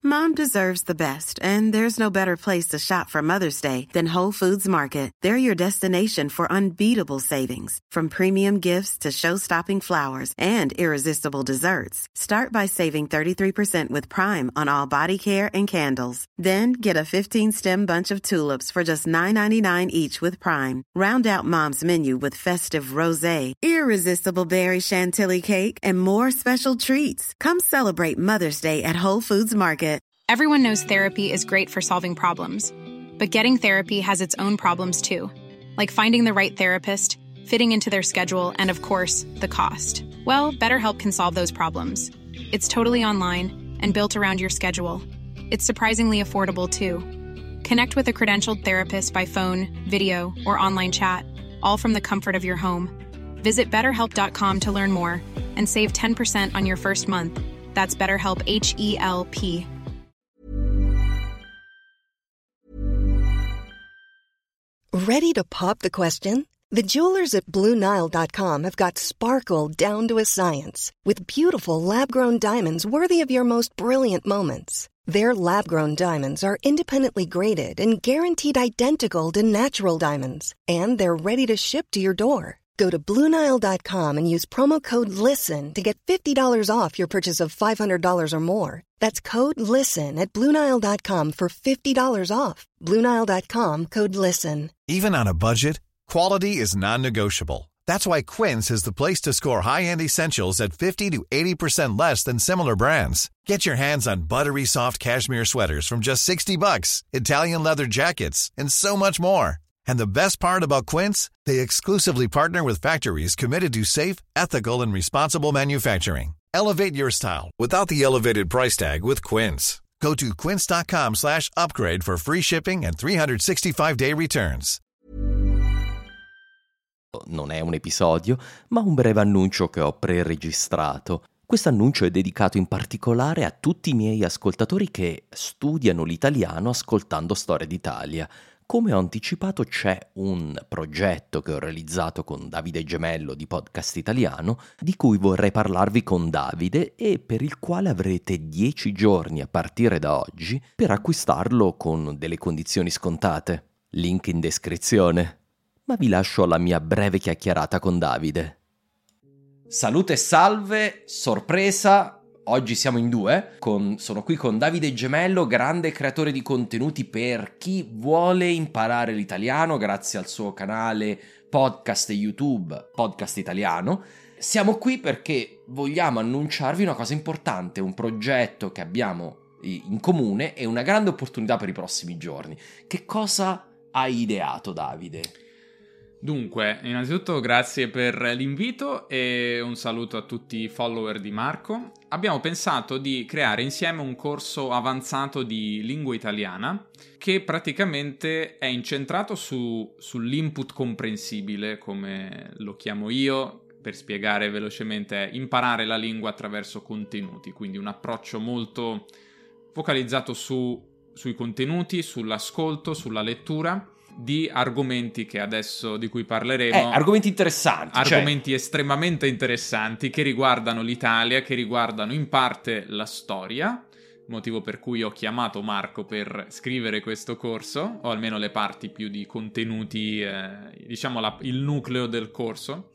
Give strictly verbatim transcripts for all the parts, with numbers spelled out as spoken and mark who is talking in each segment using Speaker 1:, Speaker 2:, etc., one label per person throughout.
Speaker 1: Mom deserves the best, and there's no better place to shop for Mother's Day than Whole Foods Market. They're your destination for unbeatable savings, from premium gifts to show-stopping flowers and irresistible desserts. Start by saving thirty-three percent with Prime on all body care and candles. Then get a fifteen-stem bunch of tulips for just nine ninety-nine each with Prime. Round out Mom's menu with festive rosé, irresistible berry chantilly cake, and more special treats. Come celebrate Mother's Day at Whole Foods Market.
Speaker 2: Everyone knows therapy is great for solving problems, but getting therapy has its own problems too, like finding the right therapist, fitting into their schedule, and of course, the cost. Well, BetterHelp can solve those problems. It's totally online and built around your schedule. It's surprisingly affordable too. Connect with a credentialed therapist by phone, video, or online chat, all from the comfort of your home. Visit better help dot com to learn more and save ten percent on your first month. That's BetterHelp, H E L P.
Speaker 3: Ready to pop the question? The jewelers at Blue Nile dot com have got sparkle down to a science with beautiful lab-grown diamonds worthy of your most brilliant moments. Their lab-grown diamonds are independently graded and guaranteed identical to natural diamonds, and they're ready to ship to your door. Go to Blue Nile dot com and use promo code LISTEN to get fifty dollars off your purchase of five hundred dollars or more. That's code LISTEN at Blue Nile dot com for fifty dollars off. Blue Nile dot com, code LISTEN.
Speaker 4: Even on a budget, quality is non-negotiable. That's why Quince is the place to score high-end essentials at fifty to eighty percent less than similar brands. Get your hands on buttery soft cashmere sweaters from just sixty bucks, Italian leather jackets, and so much more. And the best part about Quince, they exclusively partner with factories committed to safe, ethical, and responsible manufacturing. Elevate your style without the elevated price tag with Quince. Go to quince dot com slash upgrade for free shipping and three sixty-five day returns.
Speaker 5: Non è un episodio, ma un breve annuncio che ho pre-registrato. Questo annuncio è dedicato in particolare a tutti i miei ascoltatori che studiano l'italiano ascoltando Storia d'Italia. Come ho anticipato, c'è un progetto che ho realizzato con Davide Gemello di Podcast Italiano, di cui vorrei parlarvi con Davide e per il quale avrete dieci giorni a partire da oggi per acquistarlo con delle condizioni scontate. Link in descrizione. Ma vi lascio alla mia breve chiacchierata con Davide. Salute e salve, sorpresa! Oggi siamo in due, con, sono qui con Davide Gemello, grande creatore di contenuti per chi vuole imparare l'italiano grazie al suo canale podcast e YouTube Podcast Italiano. Siamo qui perché vogliamo annunciarvi una cosa importante, un progetto che abbiamo in comune e una grande opportunità per i prossimi giorni. Che cosa hai ideato, Davide?
Speaker 6: Dunque, innanzitutto grazie per l'invito e un saluto a tutti i follower di Marco. Abbiamo pensato di creare insieme un corso avanzato di lingua italiana che praticamente è incentrato su, sull'input comprensibile, come lo chiamo io, per spiegare velocemente, è imparare la lingua attraverso contenuti, quindi un approccio molto focalizzato su, sui contenuti, sull'ascolto, sulla lettura, di argomenti che adesso di cui parleremo.
Speaker 5: Eh, argomenti interessanti.
Speaker 6: Argomenti
Speaker 5: cioè...
Speaker 6: estremamente interessanti che riguardano l'Italia, che riguardano in parte la storia, motivo per cui ho chiamato Marco per scrivere questo corso, o almeno le parti più di contenuti, eh, diciamo la, il nucleo del corso,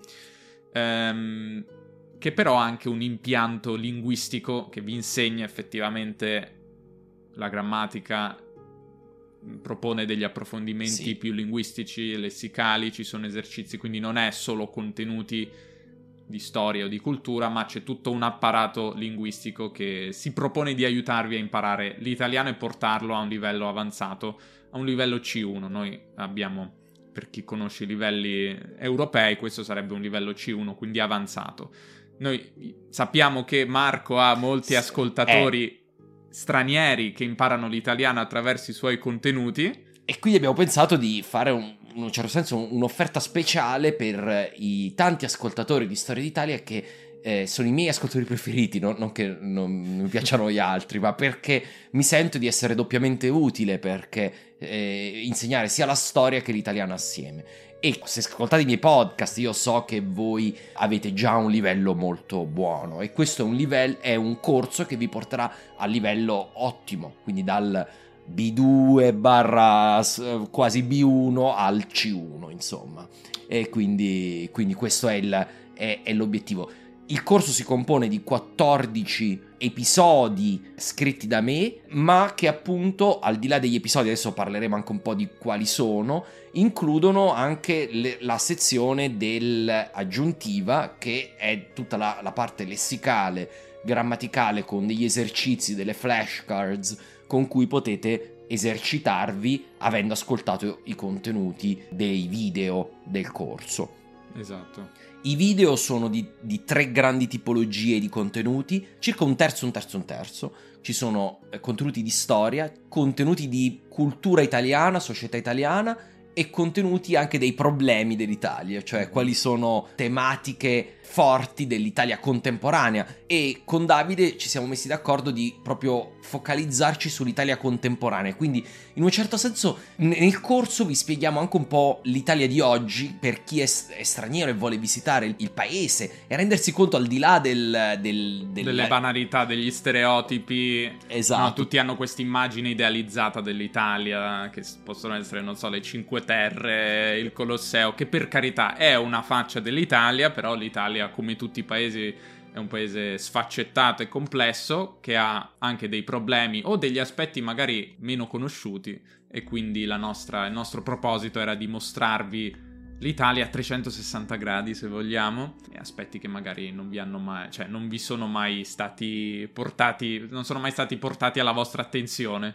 Speaker 6: ehm, che però ha anche un impianto linguistico che vi insegna effettivamente la grammatica, propone degli approfondimenti sì. più linguistici e lessicali, ci sono esercizi, quindi non è solo contenuti di storia o di cultura, ma c'è tutto un apparato linguistico che si propone di aiutarvi a imparare l'italiano e portarlo a un livello avanzato, a un livello C uno. Noi abbiamo, per chi conosce i livelli europei, questo sarebbe un livello C uno, quindi avanzato. Noi sappiamo che Marco ha molti ascoltatori eh. stranieri che imparano l'italiano attraverso i suoi contenuti
Speaker 5: e quindi abbiamo pensato di fare un, in un certo senso un'offerta speciale per i tanti ascoltatori di Storia d'Italia che eh, sono i miei ascoltatori preferiti, no? Non che non mi piacciono gli altri, ma perché mi sento di essere doppiamente utile, perché eh, insegnare sia la storia che l'italiano assieme. E se ascoltate i miei podcast io so che voi avete già un livello molto buono, e questo è un livello, è un corso che vi porterà a livello ottimo, quindi dal B due barra quasi B uno al C uno, insomma. E quindi, quindi questo è, il, è, è l'obiettivo. Il corso si compone di quattordici episodi scritti da me, ma che appunto, al di là degli episodi, adesso parleremo anche un po' di quali sono, includono anche le, la sezione dell'aggiuntiva, che è tutta la, la parte lessicale, grammaticale, con degli esercizi, delle flashcards con cui potete esercitarvi avendo ascoltato i contenuti dei video del corso.
Speaker 6: Esatto.
Speaker 5: I video sono di, di tre grandi tipologie di contenuti, circa un terzo, un terzo, un terzo. Ci sono eh, contenuti di storia, contenuti di cultura italiana, società italiana, e contenuti anche dei problemi dell'Italia, cioè quali sono tematiche forti dell'Italia contemporanea. E con Davide ci siamo messi d'accordo di proprio focalizzarci sull'Italia contemporanea, quindi in un certo senso nel corso vi spieghiamo anche un po' l'Italia di oggi per chi è, è straniero e vuole visitare il, il paese e rendersi conto, al di là del, del, del...
Speaker 6: delle banalità, degli stereotipi.
Speaker 5: Esatto.
Speaker 6: No, tutti hanno questa immagine idealizzata dell'Italia, che possono essere, non so, le Cinque Terre, il Colosseo, che per carità è una faccia dell'Italia, però l'Italia, come tutti i paesi, è un paese sfaccettato e complesso, che ha anche dei problemi o degli aspetti magari meno conosciuti, e quindi la nostra, il nostro proposito era di mostrarvi l'Italia a trecentosessanta gradi, se vogliamo, e aspetti che magari non vi hanno mai, cioè non vi sono mai stati portati, non sono mai stati portati alla vostra attenzione.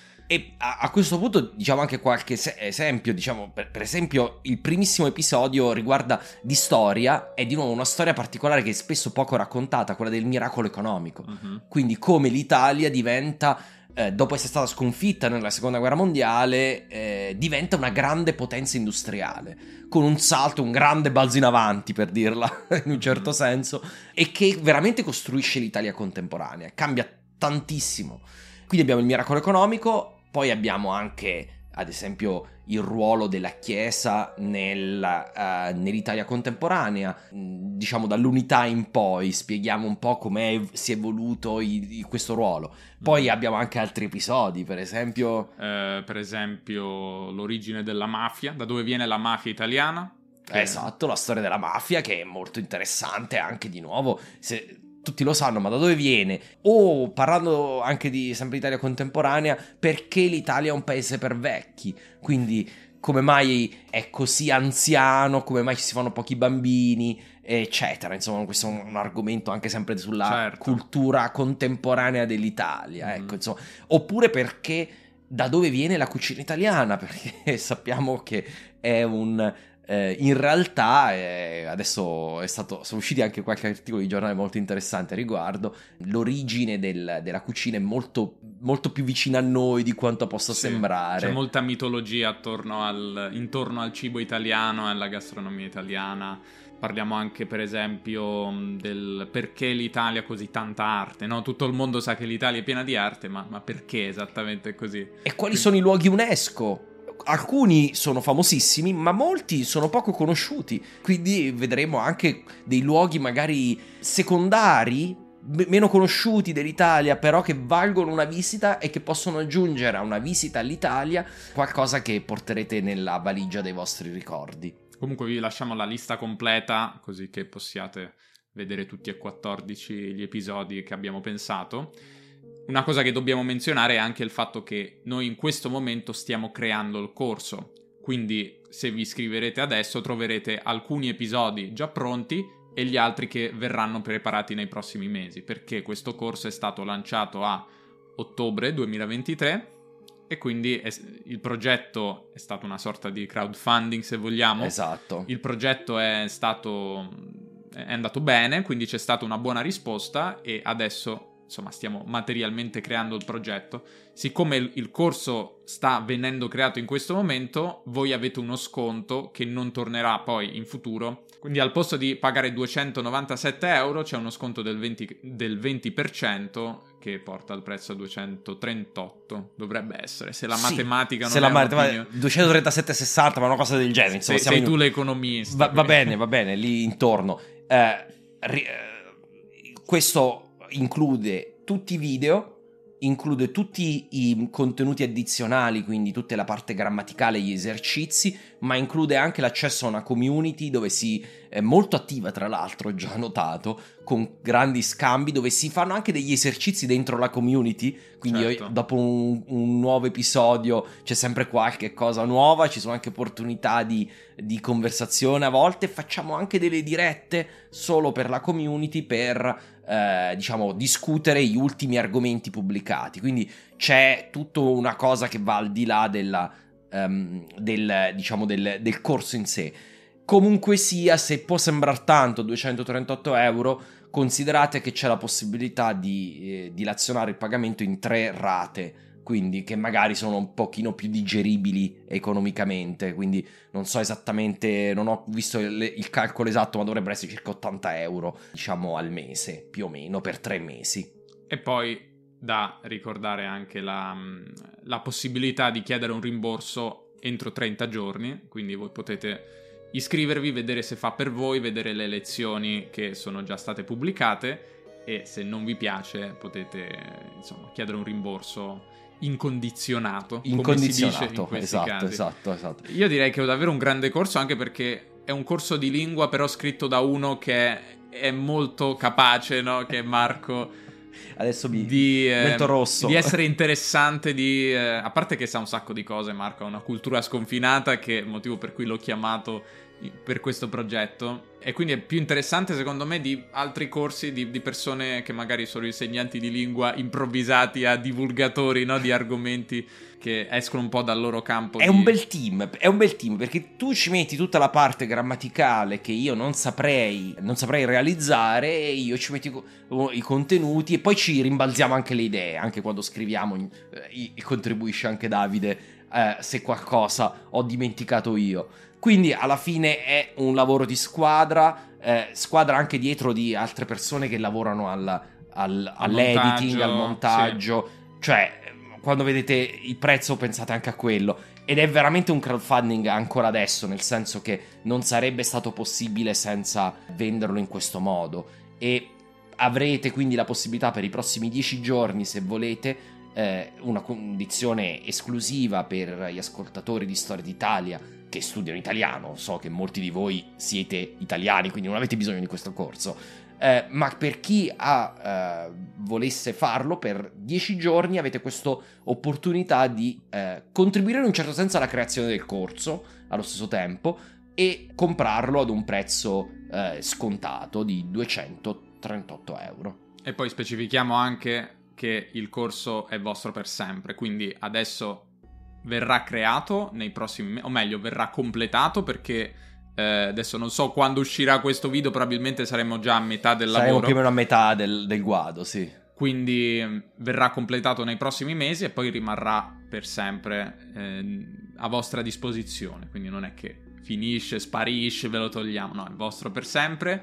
Speaker 5: E a, a questo punto diciamo anche qualche se- esempio, diciamo per, per esempio il primissimo episodio riguarda di storia, è di nuovo una storia particolare che è spesso poco raccontata, quella del miracolo economico. Uh-huh. Quindi come l'Italia diventa, eh, dopo essere stata sconfitta nella seconda guerra mondiale, eh, diventa una grande potenza industriale, con un salto, un grande balzo in avanti, per dirla in un certo senso, e che veramente costruisce l'Italia contemporanea, cambia tantissimo. Quindi abbiamo il miracolo economico. Poi abbiamo anche, ad esempio, il ruolo della Chiesa nel, uh, nell'Italia contemporanea, diciamo dall'unità in poi, spieghiamo un po' come si è evoluto i, i, questo ruolo. Poi abbiamo anche altri episodi, per esempio...
Speaker 6: Eh, per esempio l'origine della mafia, da dove viene la mafia italiana.
Speaker 5: Che... Esatto, la storia della mafia, che è molto interessante anche di nuovo, se... tutti lo sanno, ma da dove viene? O, parlando anche di sempre Italia contemporanea, perché l'Italia è un paese per vecchi? Quindi come mai è così anziano, come mai ci si fanno pochi bambini, eccetera. Insomma, questo è un argomento anche sempre sulla
Speaker 6: certo.
Speaker 5: cultura contemporanea dell'Italia, ecco, mm. insomma. Oppure perché, da dove viene la cucina italiana? Perché sappiamo che è un... Eh, in realtà eh, adesso è stato, sono usciti anche qualche articolo di giornale molto interessante a riguardo. L'origine del, della cucina è molto, molto più vicina a noi di quanto possa sì, sembrare.
Speaker 6: C'è molta mitologia attorno al, intorno al cibo italiano e alla gastronomia italiana. Parliamo anche, per esempio, del perché l'Italia ha così tanta arte, no? Tutto il mondo sa che l'Italia è piena di arte, ma, ma perché esattamente così?
Speaker 5: E quali
Speaker 6: Quindi...
Speaker 5: sono i luoghi UNESCO? Alcuni sono famosissimi, ma molti sono poco conosciuti. Quindi vedremo anche dei luoghi magari secondari, m- meno conosciuti dell'Italia, però che valgono una visita e che possono aggiungere a una visita all'Italia qualcosa che porterete nella valigia dei vostri ricordi.
Speaker 6: Comunque vi lasciamo la lista completa, così che possiate vedere tutti e quattordici gli episodi che abbiamo pensato. Una cosa che dobbiamo menzionare è anche il fatto che noi in questo momento stiamo creando il corso, quindi se vi iscriverete adesso troverete alcuni episodi già pronti e gli altri che verranno preparati nei prossimi mesi, perché questo corso è stato lanciato a ottobre duemilaventitré e quindi è, il progetto è stato una sorta di crowdfunding, se vogliamo.
Speaker 5: Esatto.
Speaker 6: Il progetto è stato è andato bene, quindi c'è stata una buona risposta e adesso insomma stiamo materialmente creando il progetto. Siccome il, il corso sta venendo creato in questo momento, voi avete uno sconto che non tornerà poi in futuro, quindi al posto di pagare duecentonovantasette euro c'è uno sconto del venti, del venti per cento che porta il prezzo a duecentotrentotto, dovrebbe essere, se la
Speaker 7: sì,
Speaker 6: matematica non
Speaker 7: se
Speaker 6: è
Speaker 7: la matematica
Speaker 6: opinione...
Speaker 7: duecentotrentasette virgola sessanta, ma una cosa del genere, insomma,
Speaker 6: Se, sei
Speaker 7: in...
Speaker 6: tu l'economista.
Speaker 7: Va, va bene, va bene, lì intorno. Eh, ri, eh, questo include tutti i video, include tutti i contenuti addizionali, quindi tutta la parte grammaticale, gli esercizi, ma include anche l'accesso a una community dove si è molto attiva, tra l'altro, ho già notato, con grandi scambi, dove si fanno anche degli esercizi dentro la community, quindi
Speaker 6: certo.
Speaker 7: io, dopo un, un nuovo episodio c'è sempre qualche cosa nuova, ci sono anche opportunità di, di conversazione a volte, facciamo anche delle dirette solo per la community per... Eh, diciamo discutere gli ultimi argomenti pubblicati, quindi c'è tutta una cosa che va al di là della, um, del, diciamo del, del corso in sé. Comunque sia, se può sembrare tanto duecentotrentotto euro, considerate che c'è la possibilità di eh, dilazionare il pagamento in tre rate, quindi che magari sono un pochino più digeribili economicamente, quindi non so esattamente, non ho visto il, il calcolo esatto, ma dovrebbero essere circa ottanta euro, diciamo, al mese, più o meno, per tre mesi.
Speaker 6: E poi da ricordare anche la, la possibilità di chiedere un rimborso entro trenta giorni, quindi voi potete iscrivervi, vedere se fa per voi, vedere le lezioni che sono già state pubblicate e se non vi piace potete, insomma, chiedere un rimborso incondizionato,
Speaker 7: incondizionato,
Speaker 6: come si dice in questi
Speaker 7: esatto,
Speaker 6: casi.
Speaker 7: esatto, esatto.
Speaker 6: Io direi che è davvero un grande corso, anche perché è un corso di lingua però scritto da uno che è molto capace, no? Che è Marco.
Speaker 7: Adesso mi
Speaker 6: di, eh,
Speaker 7: rosso.
Speaker 6: di essere interessante, di eh, a parte che sa un sacco di cose, Marco ha una cultura sconfinata, che è il motivo per cui l'ho chiamato per questo progetto, e quindi è più interessante secondo me di altri corsi di, di persone che magari sono insegnanti di lingua improvvisati a divulgatori, no, di argomenti che escono un po' dal loro campo.
Speaker 7: È
Speaker 6: di...
Speaker 7: un bel team, è un bel team perché tu ci metti tutta la parte grammaticale che io non saprei, non saprei realizzare, e io ci metti i contenuti e poi ci rimbalziamo anche le idee, anche quando scriviamo eh, contribuisce anche Davide eh, se qualcosa ho dimenticato io. Quindi alla fine è un lavoro di squadra, eh, squadra anche dietro di altre persone che lavorano al, al, all'editing, al montaggio, sì. Cioè quando vedete il prezzo pensate anche a quello, ed è veramente un crowdfunding ancora adesso, nel senso che non sarebbe stato possibile senza venderlo in questo modo, e avrete quindi la possibilità per i prossimi dieci giorni, se volete, eh, una condizione esclusiva per gli ascoltatori di Storia d'Italia che studiano italiano. So che molti di voi siete italiani, quindi non avete bisogno di questo corso, eh, ma per chi ha, eh, volesse farlo per dieci giorni avete questa opportunità di eh, contribuire in un certo senso alla creazione del corso allo stesso tempo e comprarlo ad un prezzo eh, scontato di duecentotrentotto euro.
Speaker 6: E poi specifichiamo anche che il corso è vostro per sempre, quindi adesso verrà creato nei prossimi mesi, o meglio verrà completato, perché eh, adesso non so quando uscirà questo video, probabilmente saremo già a metà del
Speaker 7: saremo
Speaker 6: lavoro.
Speaker 7: Saremo più o meno a metà del, del guado, sì.
Speaker 6: Quindi verrà completato nei prossimi mesi e poi rimarrà per sempre eh, a vostra disposizione, quindi non è che finisce, sparisce, ve lo togliamo, no, è vostro per sempre.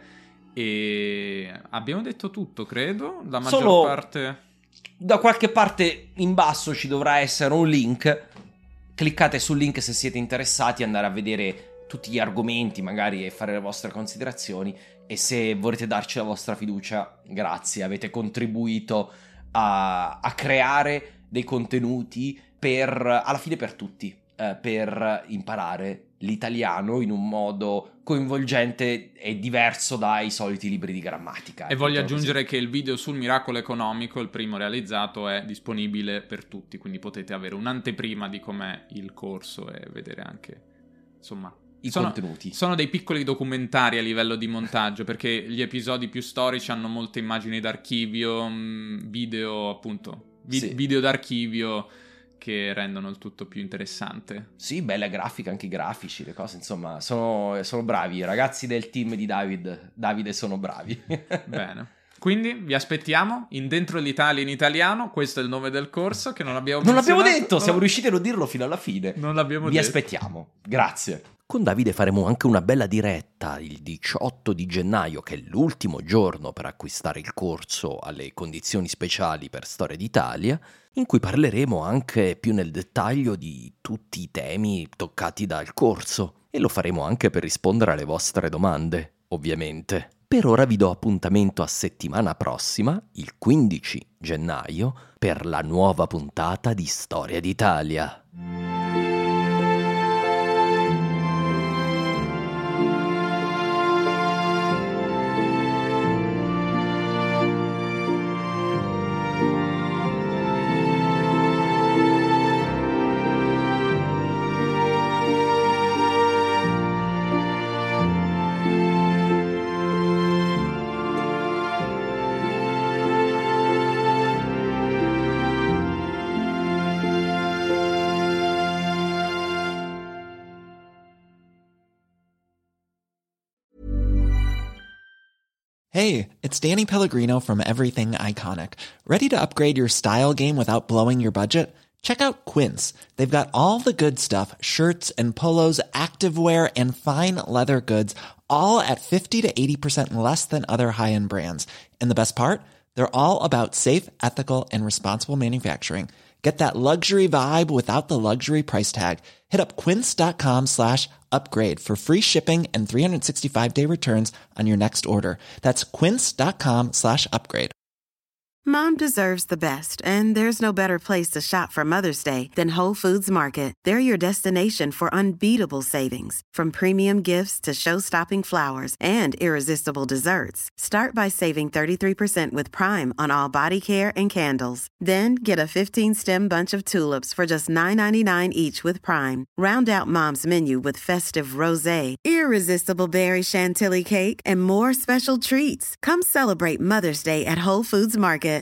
Speaker 6: E abbiamo detto tutto, credo, la maggior
Speaker 7: Solo
Speaker 6: parte...
Speaker 7: Da qualche parte in basso ci dovrà essere un link. Cliccate sul link se siete interessati, andare a vedere tutti gli argomenti magari e fare le vostre considerazioni, e se volete darci la vostra fiducia, grazie, avete contribuito a, a creare dei contenuti per, alla fine per tutti, eh, per imparare l'italiano in un modo coinvolgente e diverso dai soliti libri di grammatica.
Speaker 6: E voglio aggiungere così che il video sul miracolo economico, il primo realizzato, è disponibile per tutti, quindi potete avere un'anteprima di com'è il corso e vedere anche, insomma,
Speaker 7: i
Speaker 6: sono,
Speaker 7: contenuti.
Speaker 6: Sono dei piccoli documentari a livello di montaggio, perché gli episodi più storici hanno molte immagini d'archivio, video appunto, vi-
Speaker 7: sì.
Speaker 6: video d'archivio che rendono il tutto più interessante.
Speaker 7: Sì, bella grafica, anche i grafici, le cose, insomma, sono, sono bravi. I ragazzi del team di David, Davide sono bravi.
Speaker 6: Bene. Quindi vi aspettiamo in Dentro l'Italia in italiano, questo è il nome del corso che non abbiamo
Speaker 7: Non l'abbiamo
Speaker 6: menzionato.
Speaker 7: detto, siamo riusciti a non dirlo fino alla fine.
Speaker 6: Non l'abbiamo
Speaker 7: Vi
Speaker 6: detto.
Speaker 7: aspettiamo, grazie.
Speaker 5: Con Davide faremo anche una bella diretta il diciotto di gennaio, che è l'ultimo giorno per acquistare il corso alle condizioni speciali per Storia d'Italia, in cui parleremo anche più nel dettaglio di tutti i temi toccati dal corso, e lo faremo anche per rispondere alle vostre domande, ovviamente. Per ora vi do appuntamento a settimana prossima, il quindici gennaio, per la nuova puntata di Storia d'Italia.
Speaker 8: Hey, it's Danny Pellegrino from Everything Iconic. Ready to upgrade your style game without blowing your budget? Check out Quince. They've got all the good stuff, shirts and polos, activewear, and fine leather goods, all at fifty to eighty percent less than other high-end brands. And the best part? They're all about safe, ethical, and responsible manufacturing. Get that luxury vibe without the luxury price tag. Hit up quince.com slash upgrade for free shipping and three sixty-five day returns on your next order. That's quince.com slash upgrade.
Speaker 1: Mom deserves the best, and there's no better place to shop for Mother's Day than Whole Foods Market. They're your destination for unbeatable savings, from premium gifts to show-stopping flowers and irresistible desserts. Start by saving thirty-three percent with Prime on all body care and candles. Then get a fifteen-stem bunch of tulips for just nine ninety-nine each with Prime. Round out Mom's menu with festive rosé, irresistible berry chantilly cake, and more special treats. Come celebrate Mother's Day at Whole Foods Market.